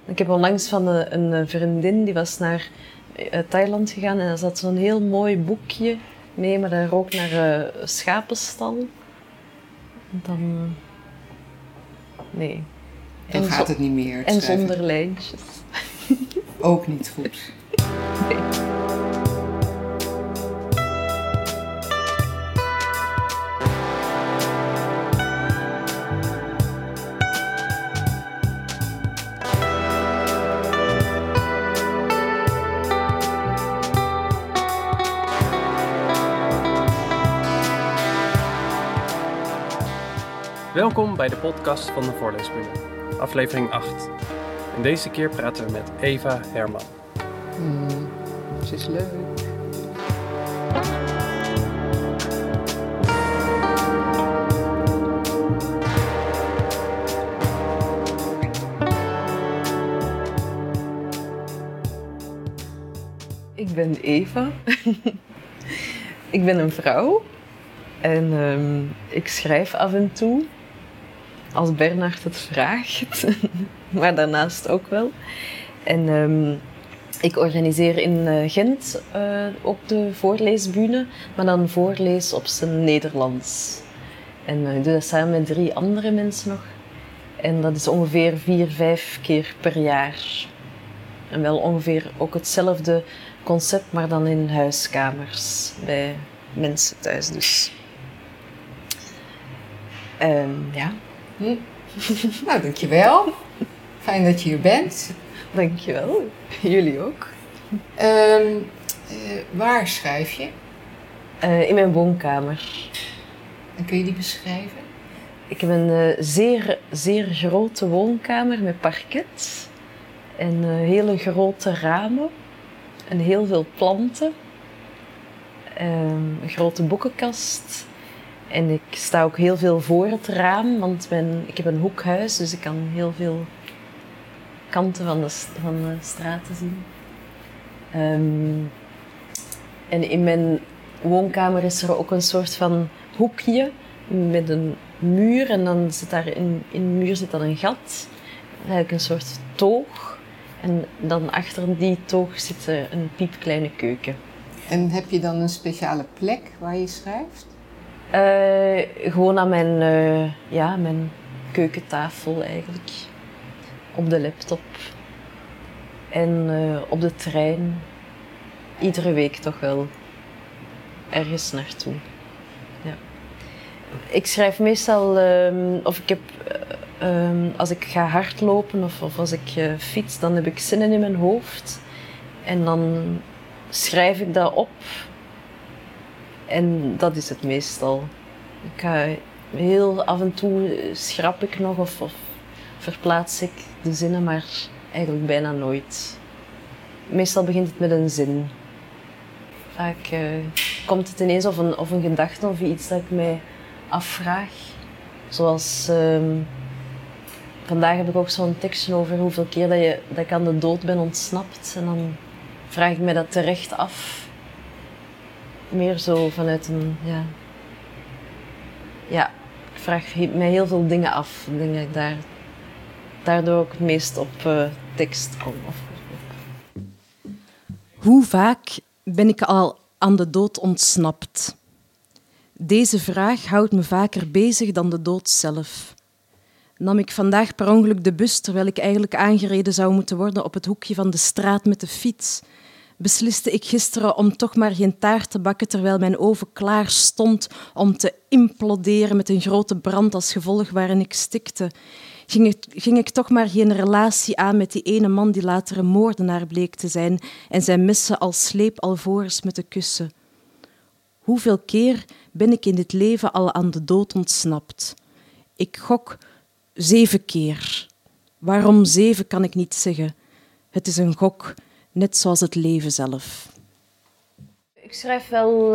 Ik heb onlangs van een vriendin, die was naar Thailand gegaan en ze had zo'n heel mooi boekje mee, maar dat rook naar schapenstal. Dan... Nee. Dan gaat het niet meer. En zonder lijntjes. Ook niet goed. Nee. Welkom bij de podcast van de Voorleesbühne, aflevering 8. En deze keer praten we met Eva Herman. Ze is leuk. Ik ben Eva. Ik ben een vrouw. En ik schrijf af en toe. Als Bernhard het vraagt. Maar daarnaast ook wel. En ik organiseer in Gent ook de voorleesbühne. Maar dan voorlees op zijn Nederlands. En ik doe dat samen met 3 andere mensen nog. En dat is ongeveer 4-5 keer per jaar. En wel ongeveer ook hetzelfde concept, maar dan in huiskamers. Bij mensen thuis dus. Ja. Nou, dankjewel. Fijn dat je hier bent. Dankjewel. Jullie ook. Waar schrijf je? In mijn woonkamer. En kun je die beschrijven? Ik heb een zeer grote woonkamer met parket. En hele grote ramen. En heel veel planten. Een grote boekenkast. En ik sta ook heel veel voor het raam, want ik heb een hoekhuis, dus ik kan heel veel kanten van de straten zien. En in mijn woonkamer is er ook een soort van hoekje met een muur. En dan zit daar in de muur zit dan een gat, eigenlijk een soort toog. En dan achter die toog zit een piepkleine keuken. En heb je dan een speciale plek waar je schrijft? Gewoon aan mijn keukentafel eigenlijk. Op de laptop. En op de trein. Iedere week toch wel. Ergens naartoe. Ja. Ik schrijf meestal, of ik heb, als ik ga hardlopen of als ik fiets, dan heb ik zinnen in mijn hoofd. En dan schrijf ik dat op. En dat is het meestal. Ik ga heel af en toe schrap ik nog of verplaats ik de zinnen, maar eigenlijk bijna nooit. Meestal begint het met een zin. Vaak komt het ineens of een gedachte of iets dat ik mij afvraag. Zoals vandaag heb ik ook zo'n tekstje over hoeveel keer dat ik aan de dood ben ontsnapt. En dan vraag ik mij dat terecht af. Meer zo vanuit een, ja, ik vraag mij heel veel dingen af. Ik denk dat ik daardoor ook het meest op tekst kom. Hoe vaak ben ik al aan de dood ontsnapt? Deze vraag houdt me vaker bezig dan de dood zelf. Nam ik vandaag per ongeluk de bus, terwijl ik eigenlijk aangereden zou moeten worden op het hoekje van de straat met de fiets? Besliste ik gisteren om toch maar geen taart te bakken terwijl mijn oven klaar stond om te imploderen met een grote brand als gevolg waarin ik stikte? Ging ik toch maar geen relatie aan met die ene man die later een moordenaar bleek te zijn en zijn messen als sleep alvorens me te kussen? Hoeveel keer ben ik in dit leven al aan de dood ontsnapt? Ik gok 7 keer. Waarom 7 kan ik niet zeggen. Het is een gok. Net zoals het leven zelf. Ik schrijf wel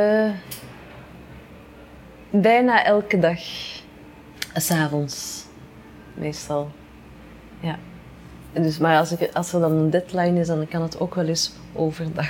bijna elke dag. 's Avonds, meestal. Ja. En dus, maar als er dan een deadline is, dan kan het ook wel eens overdag.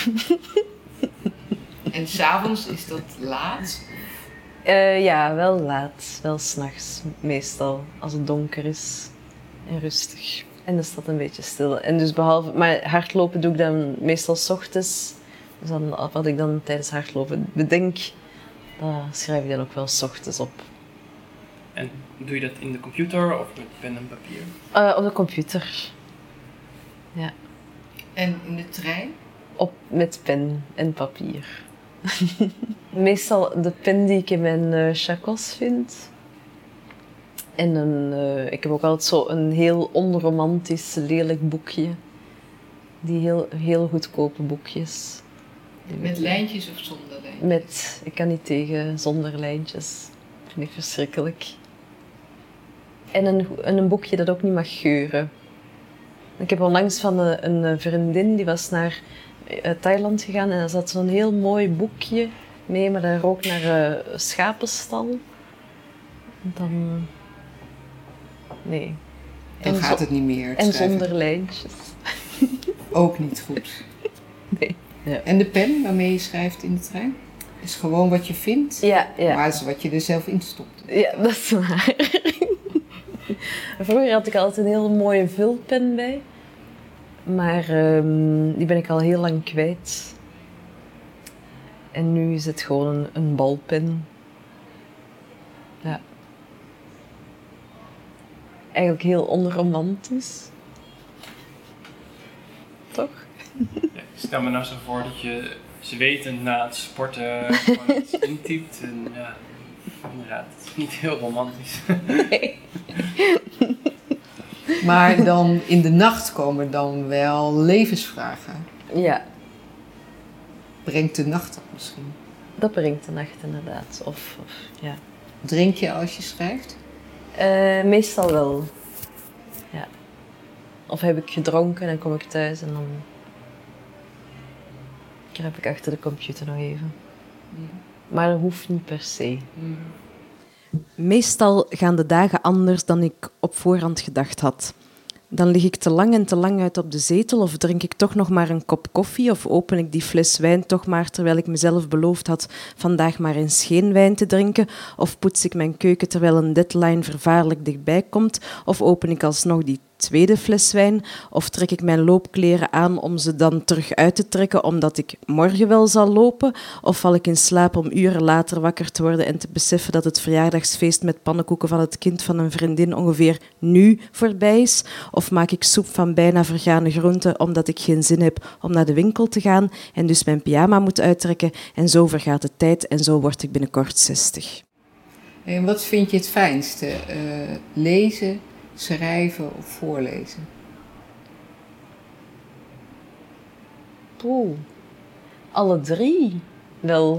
En 's avonds is dat laat? Ja, wel laat. Wel 's nachts, meestal. Als het donker is en rustig. En dan staat een beetje stil. En dus behalve, maar hardlopen doe ik dan meestal 's ochtends. Dus dan, wat ik dan tijdens hardlopen bedenk, dat schrijf ik dan ook wel 's ochtends op. En doe je dat in de computer of met pen en papier? Op de computer. Ja, En in de trein? met pen en papier. Meestal de pen die ik in mijn chacos vind. En ik heb ook altijd zo een heel onromantisch, lelijk boekje. Die heel goedkope boekjes. Met lijntjes of zonder lijntjes? Ik kan niet tegen zonder lijntjes. Dat vind ik verschrikkelijk. En een boekje dat ook niet mag geuren. Ik heb onlangs van een vriendin, die was naar Thailand gegaan en er zat zo'n heel mooi boekje mee, maar dat rook naar schapenstal. Dan... Nee. Dan gaat het niet meer. Het en schrijven. zonder lijntjes. Ook niet goed. Nee. Ja. En de pen waarmee je schrijft in de trein? Is gewoon wat je vindt, Ja. maar het is wat je er zelf in stopt. Ja, dat is waar. Vroeger had ik altijd een hele mooie vulpen bij. Maar die ben ik al heel lang kwijt. En nu is het gewoon een balpen. Ja. Eigenlijk heel onromantisch. Toch? Ja, ik stel me nou zo voor dat je zwetend na het sporten gewoon iets intypt. En ja, inderdaad, het is niet heel romantisch. Nee. Maar dan in de nacht komen dan wel levensvragen. Ja, Brengt de nacht dat misschien? dat brengt de nacht inderdaad. Ja. Drink je als je schrijft? Meestal wel. Ja. Of heb ik gedronken en dan kom ik thuis en dan kruip ik achter de computer nog even. Maar dat hoeft niet per se. Meestal gaan de dagen anders dan ik op voorhand gedacht had. Dan lig ik te lang en te lang uit op de zetel of drink ik toch nog maar een kop koffie of open ik die fles wijn toch maar terwijl ik mezelf beloofd had vandaag maar eens geen wijn te drinken of poets ik mijn keuken terwijl een deadline vervaarlijk dichtbij komt of open ik alsnog die tweede fles wijn of trek ik mijn loopkleren aan om ze dan terug uit te trekken omdat ik morgen wel zal lopen of val ik in slaap om uren later wakker te worden en te beseffen dat het verjaardagsfeest met pannenkoeken van het kind van een vriendin ongeveer nu voorbij is of maak ik soep van bijna vergane groenten omdat ik geen zin heb om naar de winkel te gaan en dus mijn pyjama moet uittrekken en zo vergaat de tijd en zo word ik binnenkort 60. En wat vind je het fijnste? Lezen, schrijven of voorlezen? Alle drie wel.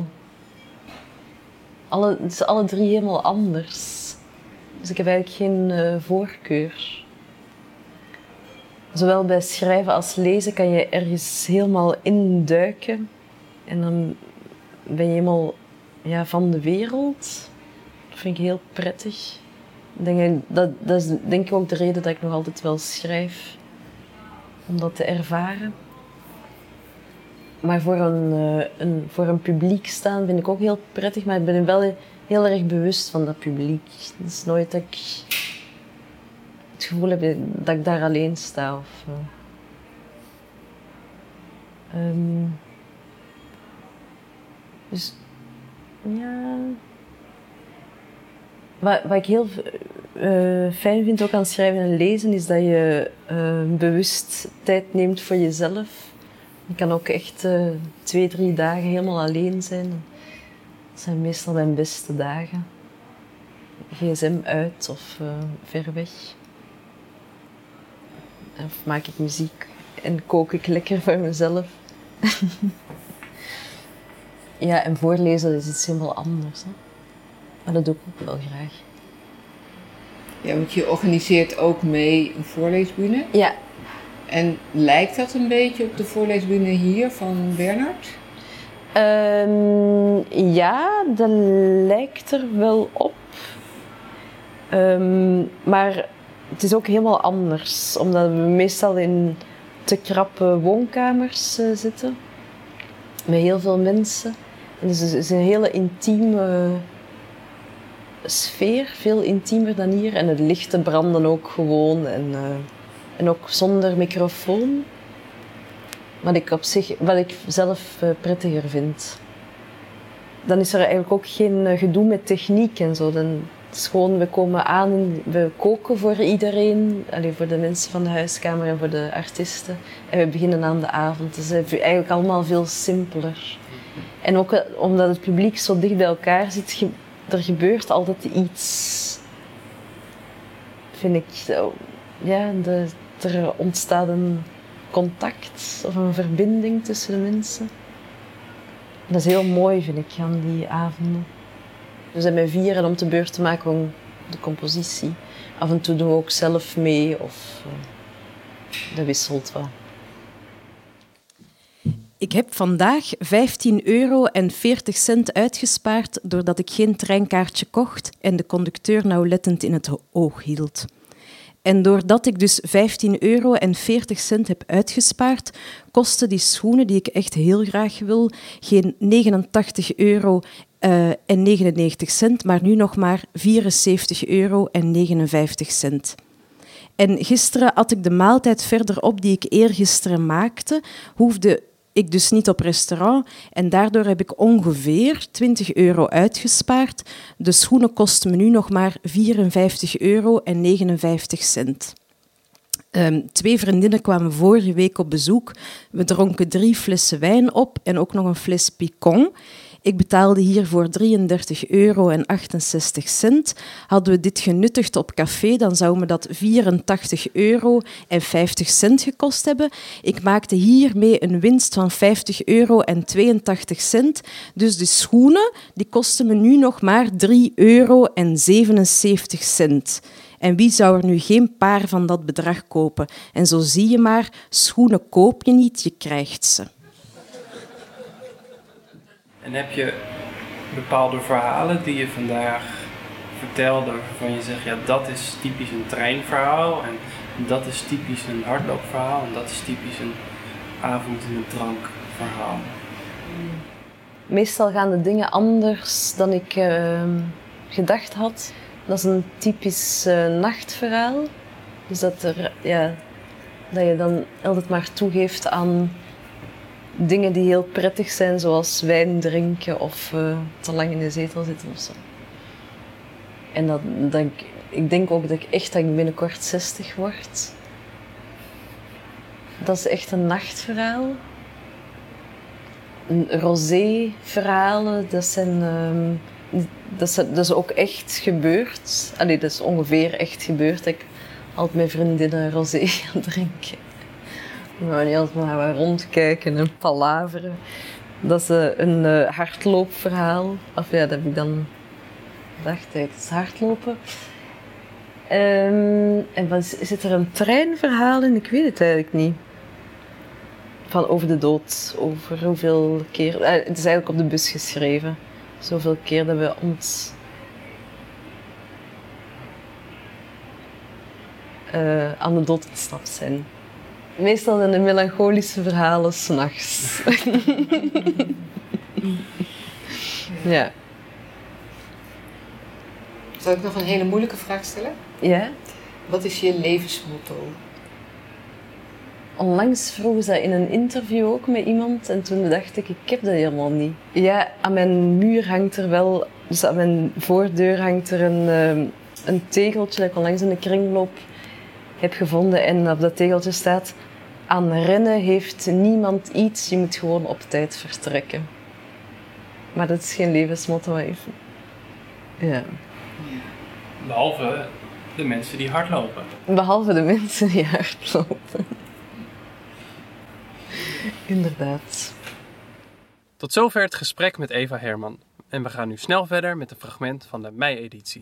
Het is alle drie helemaal anders. Dus ik heb eigenlijk geen voorkeur. Zowel bij schrijven als lezen kan je ergens helemaal induiken. En dan ben je helemaal van de wereld. Dat vind ik heel prettig. Dat is denk ik ook de reden dat ik nog altijd wel schrijf. Om dat te ervaren. Maar voor een publiek staan vind ik ook heel prettig. Maar ik ben wel heel erg bewust van dat publiek. Het is nooit dat ik het gevoel heb dat ik daar alleen sta. Dus ja... Wat ik heel fijn vind ook aan schrijven en lezen, is dat je bewust tijd neemt voor jezelf. Je kan ook echt 2-3 dagen helemaal alleen zijn. Dat zijn meestal mijn beste dagen. GSM uit of ver weg. Of maak ik muziek en kook ik lekker voor mezelf. Ja, en voorlezen is iets helemaal anders. Hè? Maar dat doe ik ook wel graag. Ja, want je organiseert ook mee een voorleesbühne. Ja. En lijkt dat een beetje op de voorleesbühne hier van Bernhard? Ja, dat lijkt er wel op. Maar het is ook helemaal anders. Omdat we meestal in te krappe woonkamers zitten. Met heel veel mensen. En dus het is een hele intieme sfeer, veel intiemer dan hier. En de lichten branden ook gewoon. En En ook zonder microfoon. Wat ik zelf prettiger vind. Dan is er eigenlijk ook geen gedoe met techniek en zo. Dan is gewoon, we komen aan en we koken voor iedereen. Voor de mensen van de huiskamer en voor de artiesten. En we beginnen aan de avond. Dus het is eigenlijk allemaal veel simpeler. En ook omdat het publiek zo dicht bij elkaar zit, er gebeurt altijd iets. Vind ik, ja, er ontstaat een contact of een verbinding tussen de mensen. Dat is heel mooi, vind ik, aan die avonden. We zijn met 4 om te beurt te maken om de compositie. Af en toe doen we ook zelf mee of dat wisselt wel. Ik heb vandaag €15,40 uitgespaard doordat ik geen treinkaartje kocht en de conducteur nauwlettend in het oog hield. En doordat ik dus €15,40 heb uitgespaard, kosten die schoenen, die ik echt heel graag wil, geen €89,99, maar nu nog maar €74,59. En gisteren at ik de maaltijd verderop die ik eergisteren maakte, hoefde ik dus niet op restaurant en daardoor heb ik ongeveer €20 uitgespaard. De schoenen kosten me nu nog maar €54,59. 2 vriendinnen kwamen vorige week op bezoek. We dronken 3 flessen wijn op en ook nog een fles Picon. Ik betaalde hiervoor €33,68. Hadden we dit genuttigd op café, dan zou me dat €84,50 gekost hebben. Ik maakte hiermee een winst van €50,82. Dus de schoenen die kosten me nu nog maar €3,77. En wie zou er nu geen paar van dat bedrag kopen? En zo zie je maar, schoenen koop je niet, je krijgt ze. En heb je bepaalde verhalen die je vandaag vertelde, waarvan je zegt, ja, dat is typisch een treinverhaal en dat is typisch een hardloopverhaal en dat is typisch een avond in een drankverhaal? Meestal gaan de dingen anders dan ik gedacht had. Dat is een typisch nachtverhaal. Dus dat je dan altijd maar toegeeft aan dingen die heel prettig zijn, zoals wijn drinken of te lang in de zetel zitten of zo. En ik denk ook dat ik binnenkort 60 word. Dat is echt een nachtverhaal. Rosé-verhalen, dat is ook echt gebeurd. Dat is ongeveer echt gebeurd. Ik altijd met vriendinnen rosé gaan drinken. We gaan niet altijd maar rondkijken en palaveren. Dat is een hardloopverhaal. Of ja, dat heb ik dan gedacht, het is hardlopen. En zit er een treinverhaal in? Ik weet het eigenlijk niet. Over de dood, over hoeveel keer... het is eigenlijk op de bus geschreven. Zoveel keer dat we ons aan de dood ontsnapt zijn. Meestal zijn de melancholische verhalen 's nachts. Ja. Zal ik nog een hele moeilijke vraag stellen? Ja? Wat is je levensmotto? Onlangs vroegen ze in een interview ook met iemand en toen dacht ik heb dat helemaal niet. Ja, aan mijn muur hangt er wel, dus aan mijn voordeur hangt er een tegeltje dat ik onlangs in de kringloop heb gevonden en op dat tegeltje staat: aan rennen heeft niemand iets, je moet gewoon op tijd vertrekken. Maar dat is geen levensmotto, maar even. Ja. Behalve de mensen die hardlopen. Behalve de mensen die hardlopen. Inderdaad. Tot zover het gesprek met Eva Herman. En we gaan nu snel verder met een fragment van de mei-editie.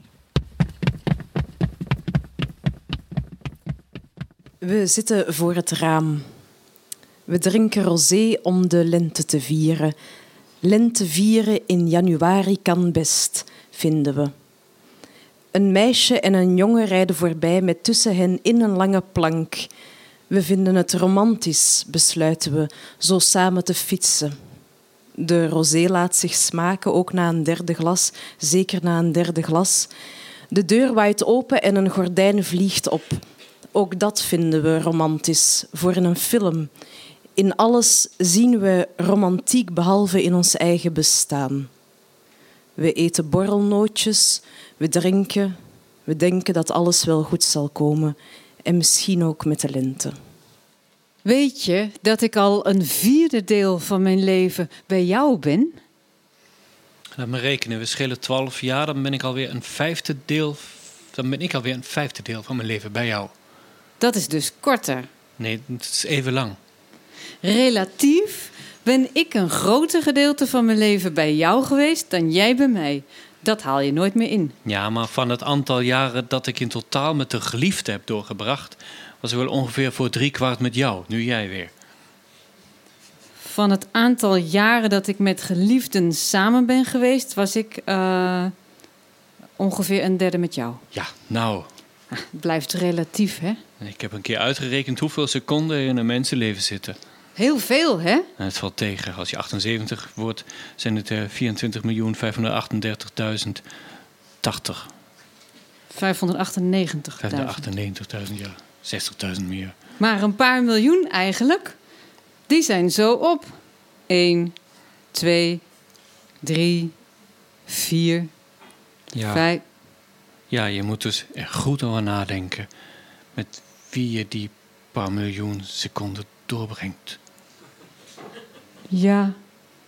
We zitten voor het raam. We drinken rosé om de lente te vieren. Lente vieren in januari kan best, vinden we. Een meisje en een jongen rijden voorbij met tussen hen in een lange plank. We vinden het romantisch, besluiten we, zo samen te fietsen. De rosé laat zich smaken, ook na een derde glas, zeker na een derde glas. De deur waait open en een gordijn vliegt op. Ook dat vinden we romantisch, voor in een film. In alles zien we romantiek behalve in ons eigen bestaan. We eten borrelnootjes, we drinken, we denken dat alles wel goed zal komen. En misschien ook met de lente. Weet je dat ik al een 4e deel van mijn leven bij jou ben? Laat me rekenen, we schelen 12 jaar, dan ben ik alweer een 5e deel. Dan ben ik alweer een 5e deel van mijn leven bij jou. Dat is dus korter. Nee, het is even lang. Relatief ben ik een groter gedeelte van mijn leven bij jou geweest dan jij bij mij. Dat haal je nooit meer in. Ja, maar van het aantal jaren dat ik in totaal met de geliefde heb doorgebracht, was ik wel ongeveer voor 3/4 met jou, nu jij weer. Van het aantal jaren dat ik met geliefden samen ben geweest, was ik ongeveer een 1/3 met jou. Ja, nou. Het blijft relatief, hè? Ik heb een keer uitgerekend hoeveel seconden er in een mensenleven zitten. Heel veel, hè? En het valt tegen. Als je 78 wordt, zijn het 24.538.080. 598.000. Ja. 60.000 meer. Maar een paar miljoen eigenlijk, die zijn zo op. 1, 2, 3, 4, Ja. 5. Ja, je moet dus er goed over nadenken met wie je die paar miljoen seconden doorbrengt. Ja.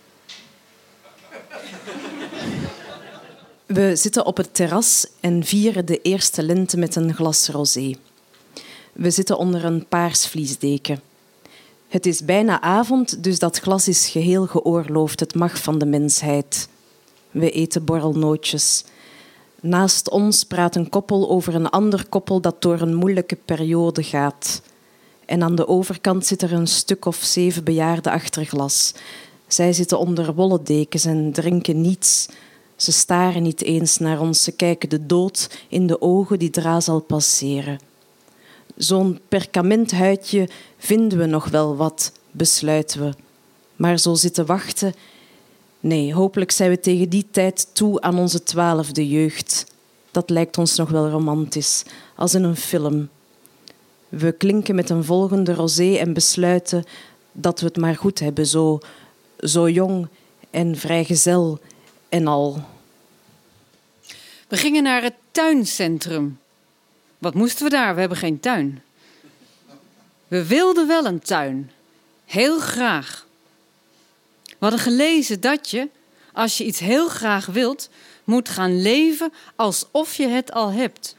We zitten op het terras en vieren de eerste lente met een glas rosé. We zitten onder een paars vliesdeken. Het is bijna avond, dus dat glas is geheel geoorloofd. Het mag van de mensheid. We eten borrelnootjes. Naast ons praat een koppel over een ander koppel dat door een moeilijke periode gaat. En aan de overkant zit er een stuk of 7 bejaarden achter glas. Zij zitten onder wollen dekens en drinken niets. Ze staren niet eens naar ons. Ze kijken de dood in de ogen die dra zal passeren. Zo'n perkamenthuidje vinden we nog wel wat, besluiten we. Maar zo zitten wachten... Nee, hopelijk zijn we tegen die tijd toe aan onze 12e jeugd. Dat lijkt ons nog wel romantisch, als in een film. We klinken met een volgende rosé en besluiten dat we het maar goed hebben, zo jong en vrijgezel en al. We gingen naar het tuincentrum. Wat moesten we daar? We hebben geen tuin. We wilden wel een tuin. Heel graag. We hadden gelezen dat je, als je iets heel graag wilt, moet gaan leven alsof je het al hebt.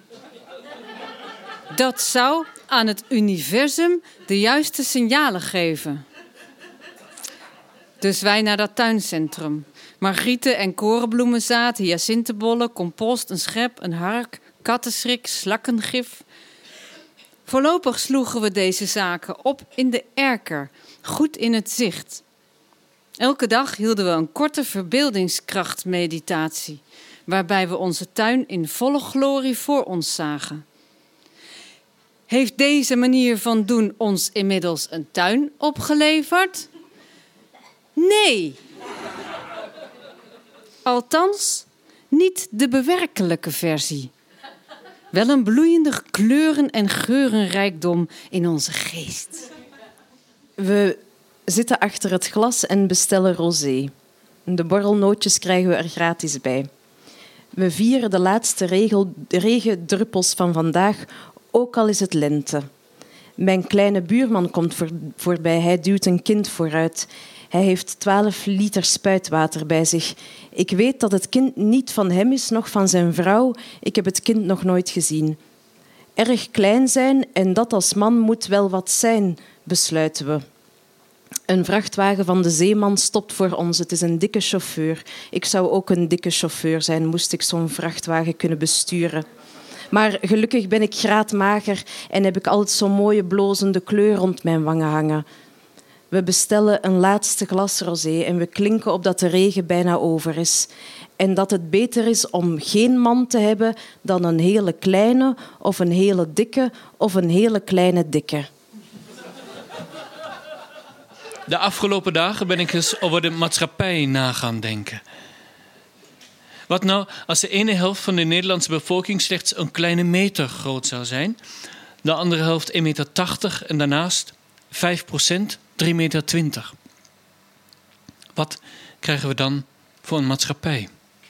Dat zou aan het universum de juiste signalen geven. Dus wij naar dat tuincentrum. Margrieten en korenbloemenzaad, hyacintenbollen, compost, een schep, een hark, kattenschrik, slakkengif. Voorlopig sloegen we deze zaken op in de erker, goed in het zicht. Elke dag hielden we een korte verbeeldingskrachtmeditatie, waarbij we onze tuin in volle glorie voor ons zagen. Heeft deze manier van doen ons inmiddels een tuin opgeleverd? Nee. Althans, niet de bewerkelijke versie. Wel een bloeiende kleuren- en geurenrijkdom in onze geest. We zitten achter het glas en bestellen rosé. De borrelnootjes krijgen we er gratis bij. We vieren de laatste regendruppels van vandaag, ook al is het lente. Mijn kleine buurman komt voorbij. Hij duwt een kind vooruit. Hij heeft 12 liter spuitwater bij zich. Ik weet dat het kind niet van hem is, noch van zijn vrouw. Ik heb het kind nog nooit gezien. Erg klein zijn en dat als man moet wel wat zijn, besluiten we. Een vrachtwagen van de zeeman stopt voor ons. Het is een dikke chauffeur. Ik zou ook een dikke chauffeur zijn, moest ik zo'n vrachtwagen kunnen besturen. Maar gelukkig ben ik graadmager en heb ik altijd zo'n mooie blozende kleur rond mijn wangen hangen. We bestellen een laatste glas rosé en we klinken op dat de regen bijna over is. En dat het beter is om geen man te hebben dan een hele kleine of een hele dikke of een hele kleine dikke. De afgelopen dagen ben ik eens over de maatschappij na gaan denken. Wat nou als de ene helft van de Nederlandse bevolking slechts een kleine meter groot zou zijn? De andere helft 1,80 meter en daarnaast 5% 3,20 meter. Wat krijgen we dan voor een maatschappij?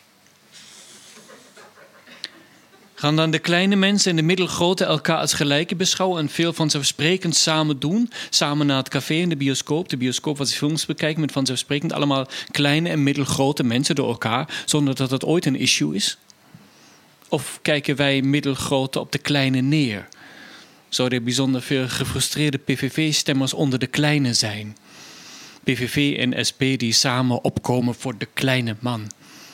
Gaan dan de kleine mensen en de middelgrote elkaar als gelijke beschouwen en veel vanzelfsprekend samen doen? Samen naar het café en de bioscoop waar ze films bekijken met vanzelfsprekend allemaal kleine en middelgrote mensen door elkaar, zonder dat het ooit een issue is? Of kijken wij middelgrote op de kleine neer? Zouden er bijzonder veel gefrustreerde PVV-stemmers onder de kleine zijn? PVV en SP die samen opkomen voor de kleine man.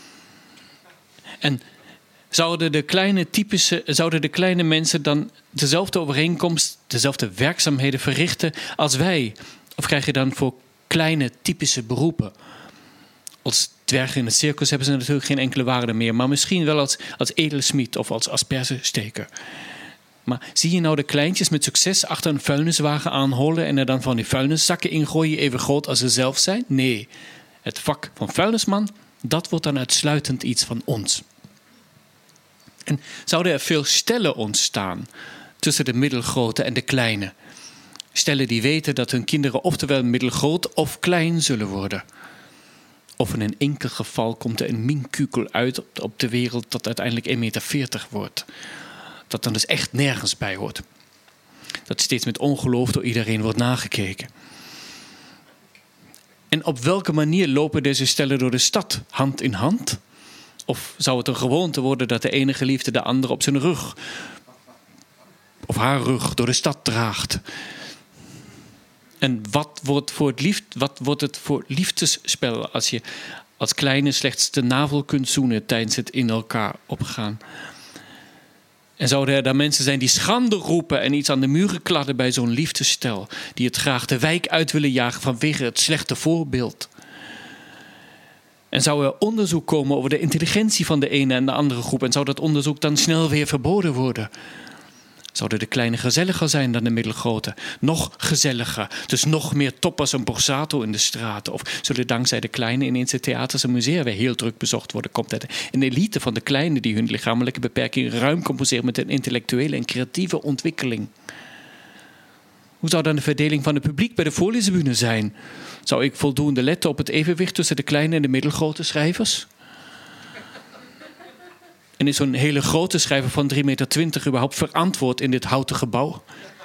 En zouden de kleine mensen dan dezelfde overeenkomst, dezelfde werkzaamheden verrichten als wij? Of krijg je dan voor kleine typische beroepen? Als dwergen in het circus hebben ze natuurlijk geen enkele waarde meer, maar misschien wel als edelsmied of als aspergesteker. Maar zie je nou de kleintjes met succes achter een vuilniswagen aanholen en er dan van die vuilniszakken ingooien even groot als ze zelf zijn? Nee, het vak van vuilnisman, dat wordt dan uitsluitend iets van ons. En zouden er veel stellen ontstaan tussen de middelgrote en de kleine? Stellen die weten dat hun kinderen oftewel middelgroot of klein zullen worden. Of in een enkel geval komt er een minkukel uit op de wereld dat uiteindelijk 1,40 meter wordt. Dat dan dus echt nergens bij hoort. Dat steeds met ongeloof door iedereen wordt nagekeken. En op welke manier lopen deze stellen door de stad? Hand in hand? Of zou het een gewoonte worden dat de ene geliefde de andere op zijn rug of haar rug door de stad draagt? En wat wordt het voor liefdesspel als je als kleine slechts de navel kunt zoenen tijdens het in elkaar opgaan? En zouden er dan mensen zijn die schande roepen en iets aan de muren kladden bij zo'n liefdesstel, die het graag de wijk uit willen jagen vanwege het slechte voorbeeld? En zou er onderzoek komen over de intelligentie van de ene en de andere groep en zou dat onderzoek dan snel weer verboden worden? Zouden de kleine gezelliger zijn dan de middelgrote? Nog gezelliger, dus nog meer toppers en borsato in de straten? Of zullen dankzij de kleine ineens de theaters en musea weer heel druk bezocht worden? Komt er een elite van de kleine die hun lichamelijke beperking ruim compenseren met een intellectuele en creatieve ontwikkeling? Hoe zou dan de verdeling van het publiek bij de voorleesbühne zijn? Zou ik voldoende letten op het evenwicht tussen de kleine en de middelgrote schrijvers? En is zo'n hele grote schrijver van 3,20 meter überhaupt verantwoord in dit houten gebouw?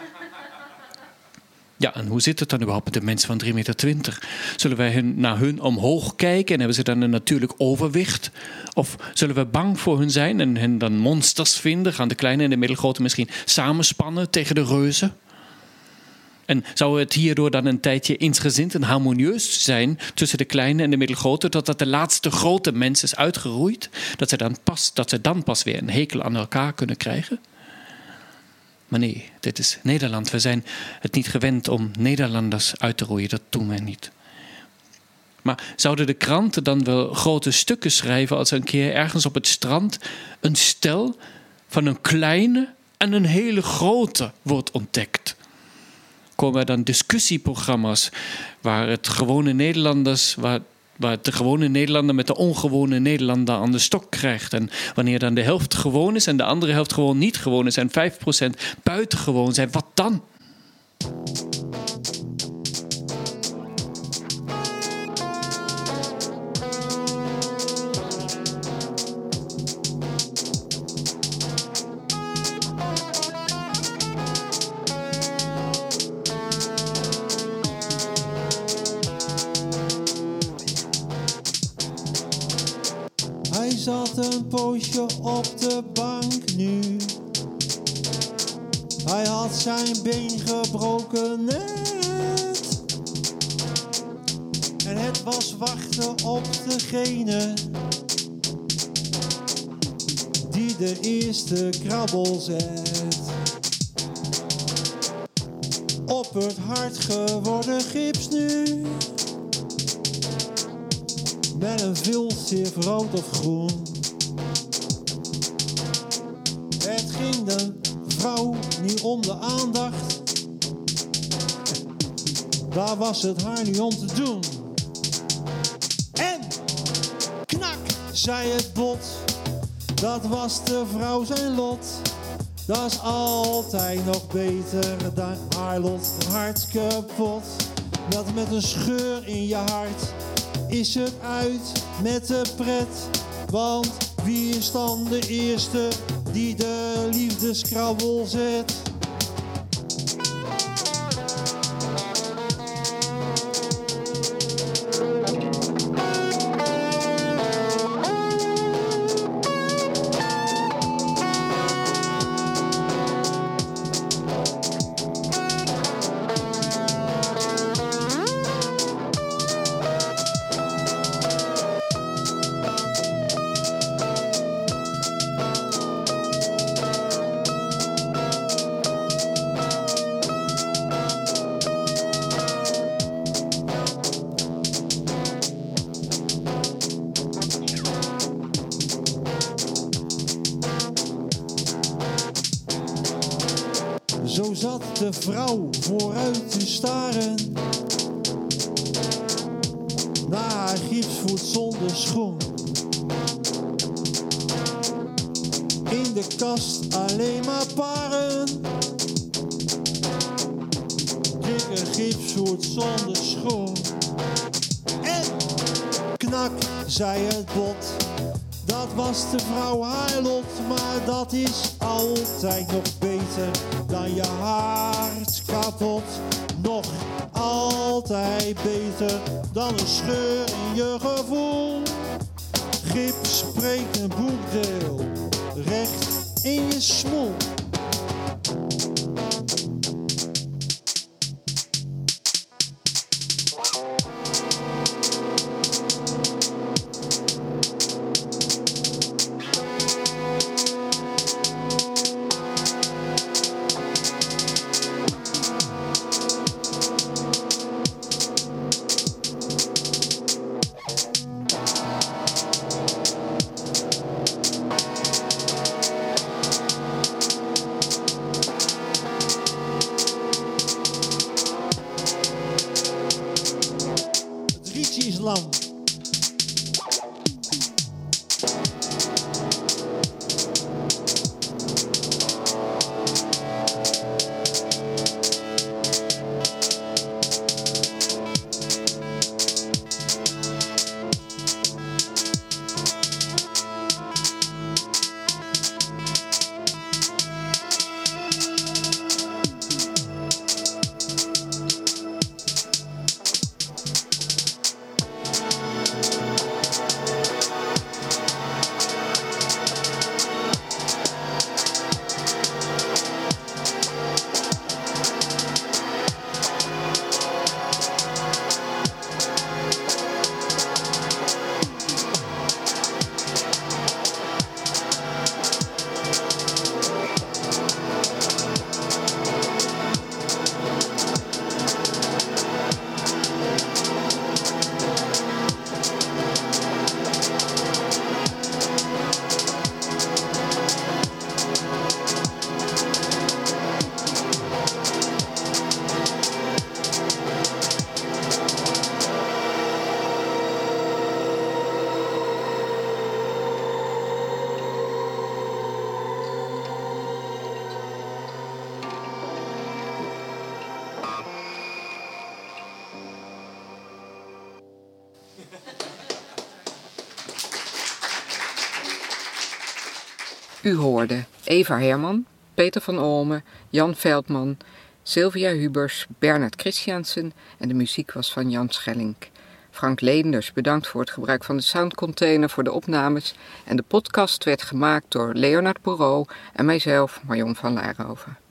Ja, en hoe zit het dan überhaupt met de mensen van 3,20 meter? Zullen wij naar hun omhoog kijken en hebben ze dan een natuurlijk overwicht? Of zullen we bang voor hun zijn en hen dan monsters vinden? Gaan de kleine en de middelgrote misschien samenspannen tegen de reuzen? En zou het hierdoor dan een tijdje eensgezind en harmonieus zijn tussen de kleine en de middelgrote, totdat de laatste grote mens is uitgeroeid? Dat ze dan pas weer een hekel aan elkaar kunnen krijgen? Maar nee, dit is Nederland. We zijn het niet gewend om Nederlanders uit te roeien. Dat doen wij niet. Maar zouden de kranten dan wel grote stukken schrijven als er een keer ergens op het strand een stel van een kleine en een hele grote wordt ontdekt? Komen er dan discussieprogramma's waar de gewone Nederlander met de ongewone Nederlander aan de stok krijgt? En wanneer dan de helft gewoon is en de andere helft gewoon niet gewoon is en 5% buitengewoon zijn, wat dan? Hij zat een poosje op de bank nu. Hij had zijn been gebroken net. En het was wachten op degene die de eerste krabbel zet. Op het hart geworden gips nu. Met een viltstift rood of groen. Het ging de vrouw niet om de aandacht. Daar was het haar niet om te doen. En knak, zei het bot. Dat was de vrouw zijn lot. Dat is altijd nog beter dan haar lot hart kapot. Dat met een scheur in je hart is het uit met de pret. Want wie is dan de eerste die de liefdeskrabbel zet? Zo zat de vrouw vooruit te staren naar haar gipsvoet zonder schoen. In de kast alleen maar paren, dikke gipsvoet zonder schoen. En knak, zei het bot. Dat was de vrouw haar lot, maar dat is altijd nog beter dan je hart kapot. Nog altijd beter dan een scheur in je gevoel. Gips spreekt een boekdeel recht in je smoel. Is lang. U hoorde Eva Herman, Peter van Olmen, Jan Veldman, Sylvia Hubers, Bernard Christiansen en de muziek was van Jan Schellink. Frank Leenders bedankt voor het gebruik van de soundcontainer voor de opnames en de podcast werd gemaakt door Leonard Bourreau en mijzelf, Marion van Laarhoven.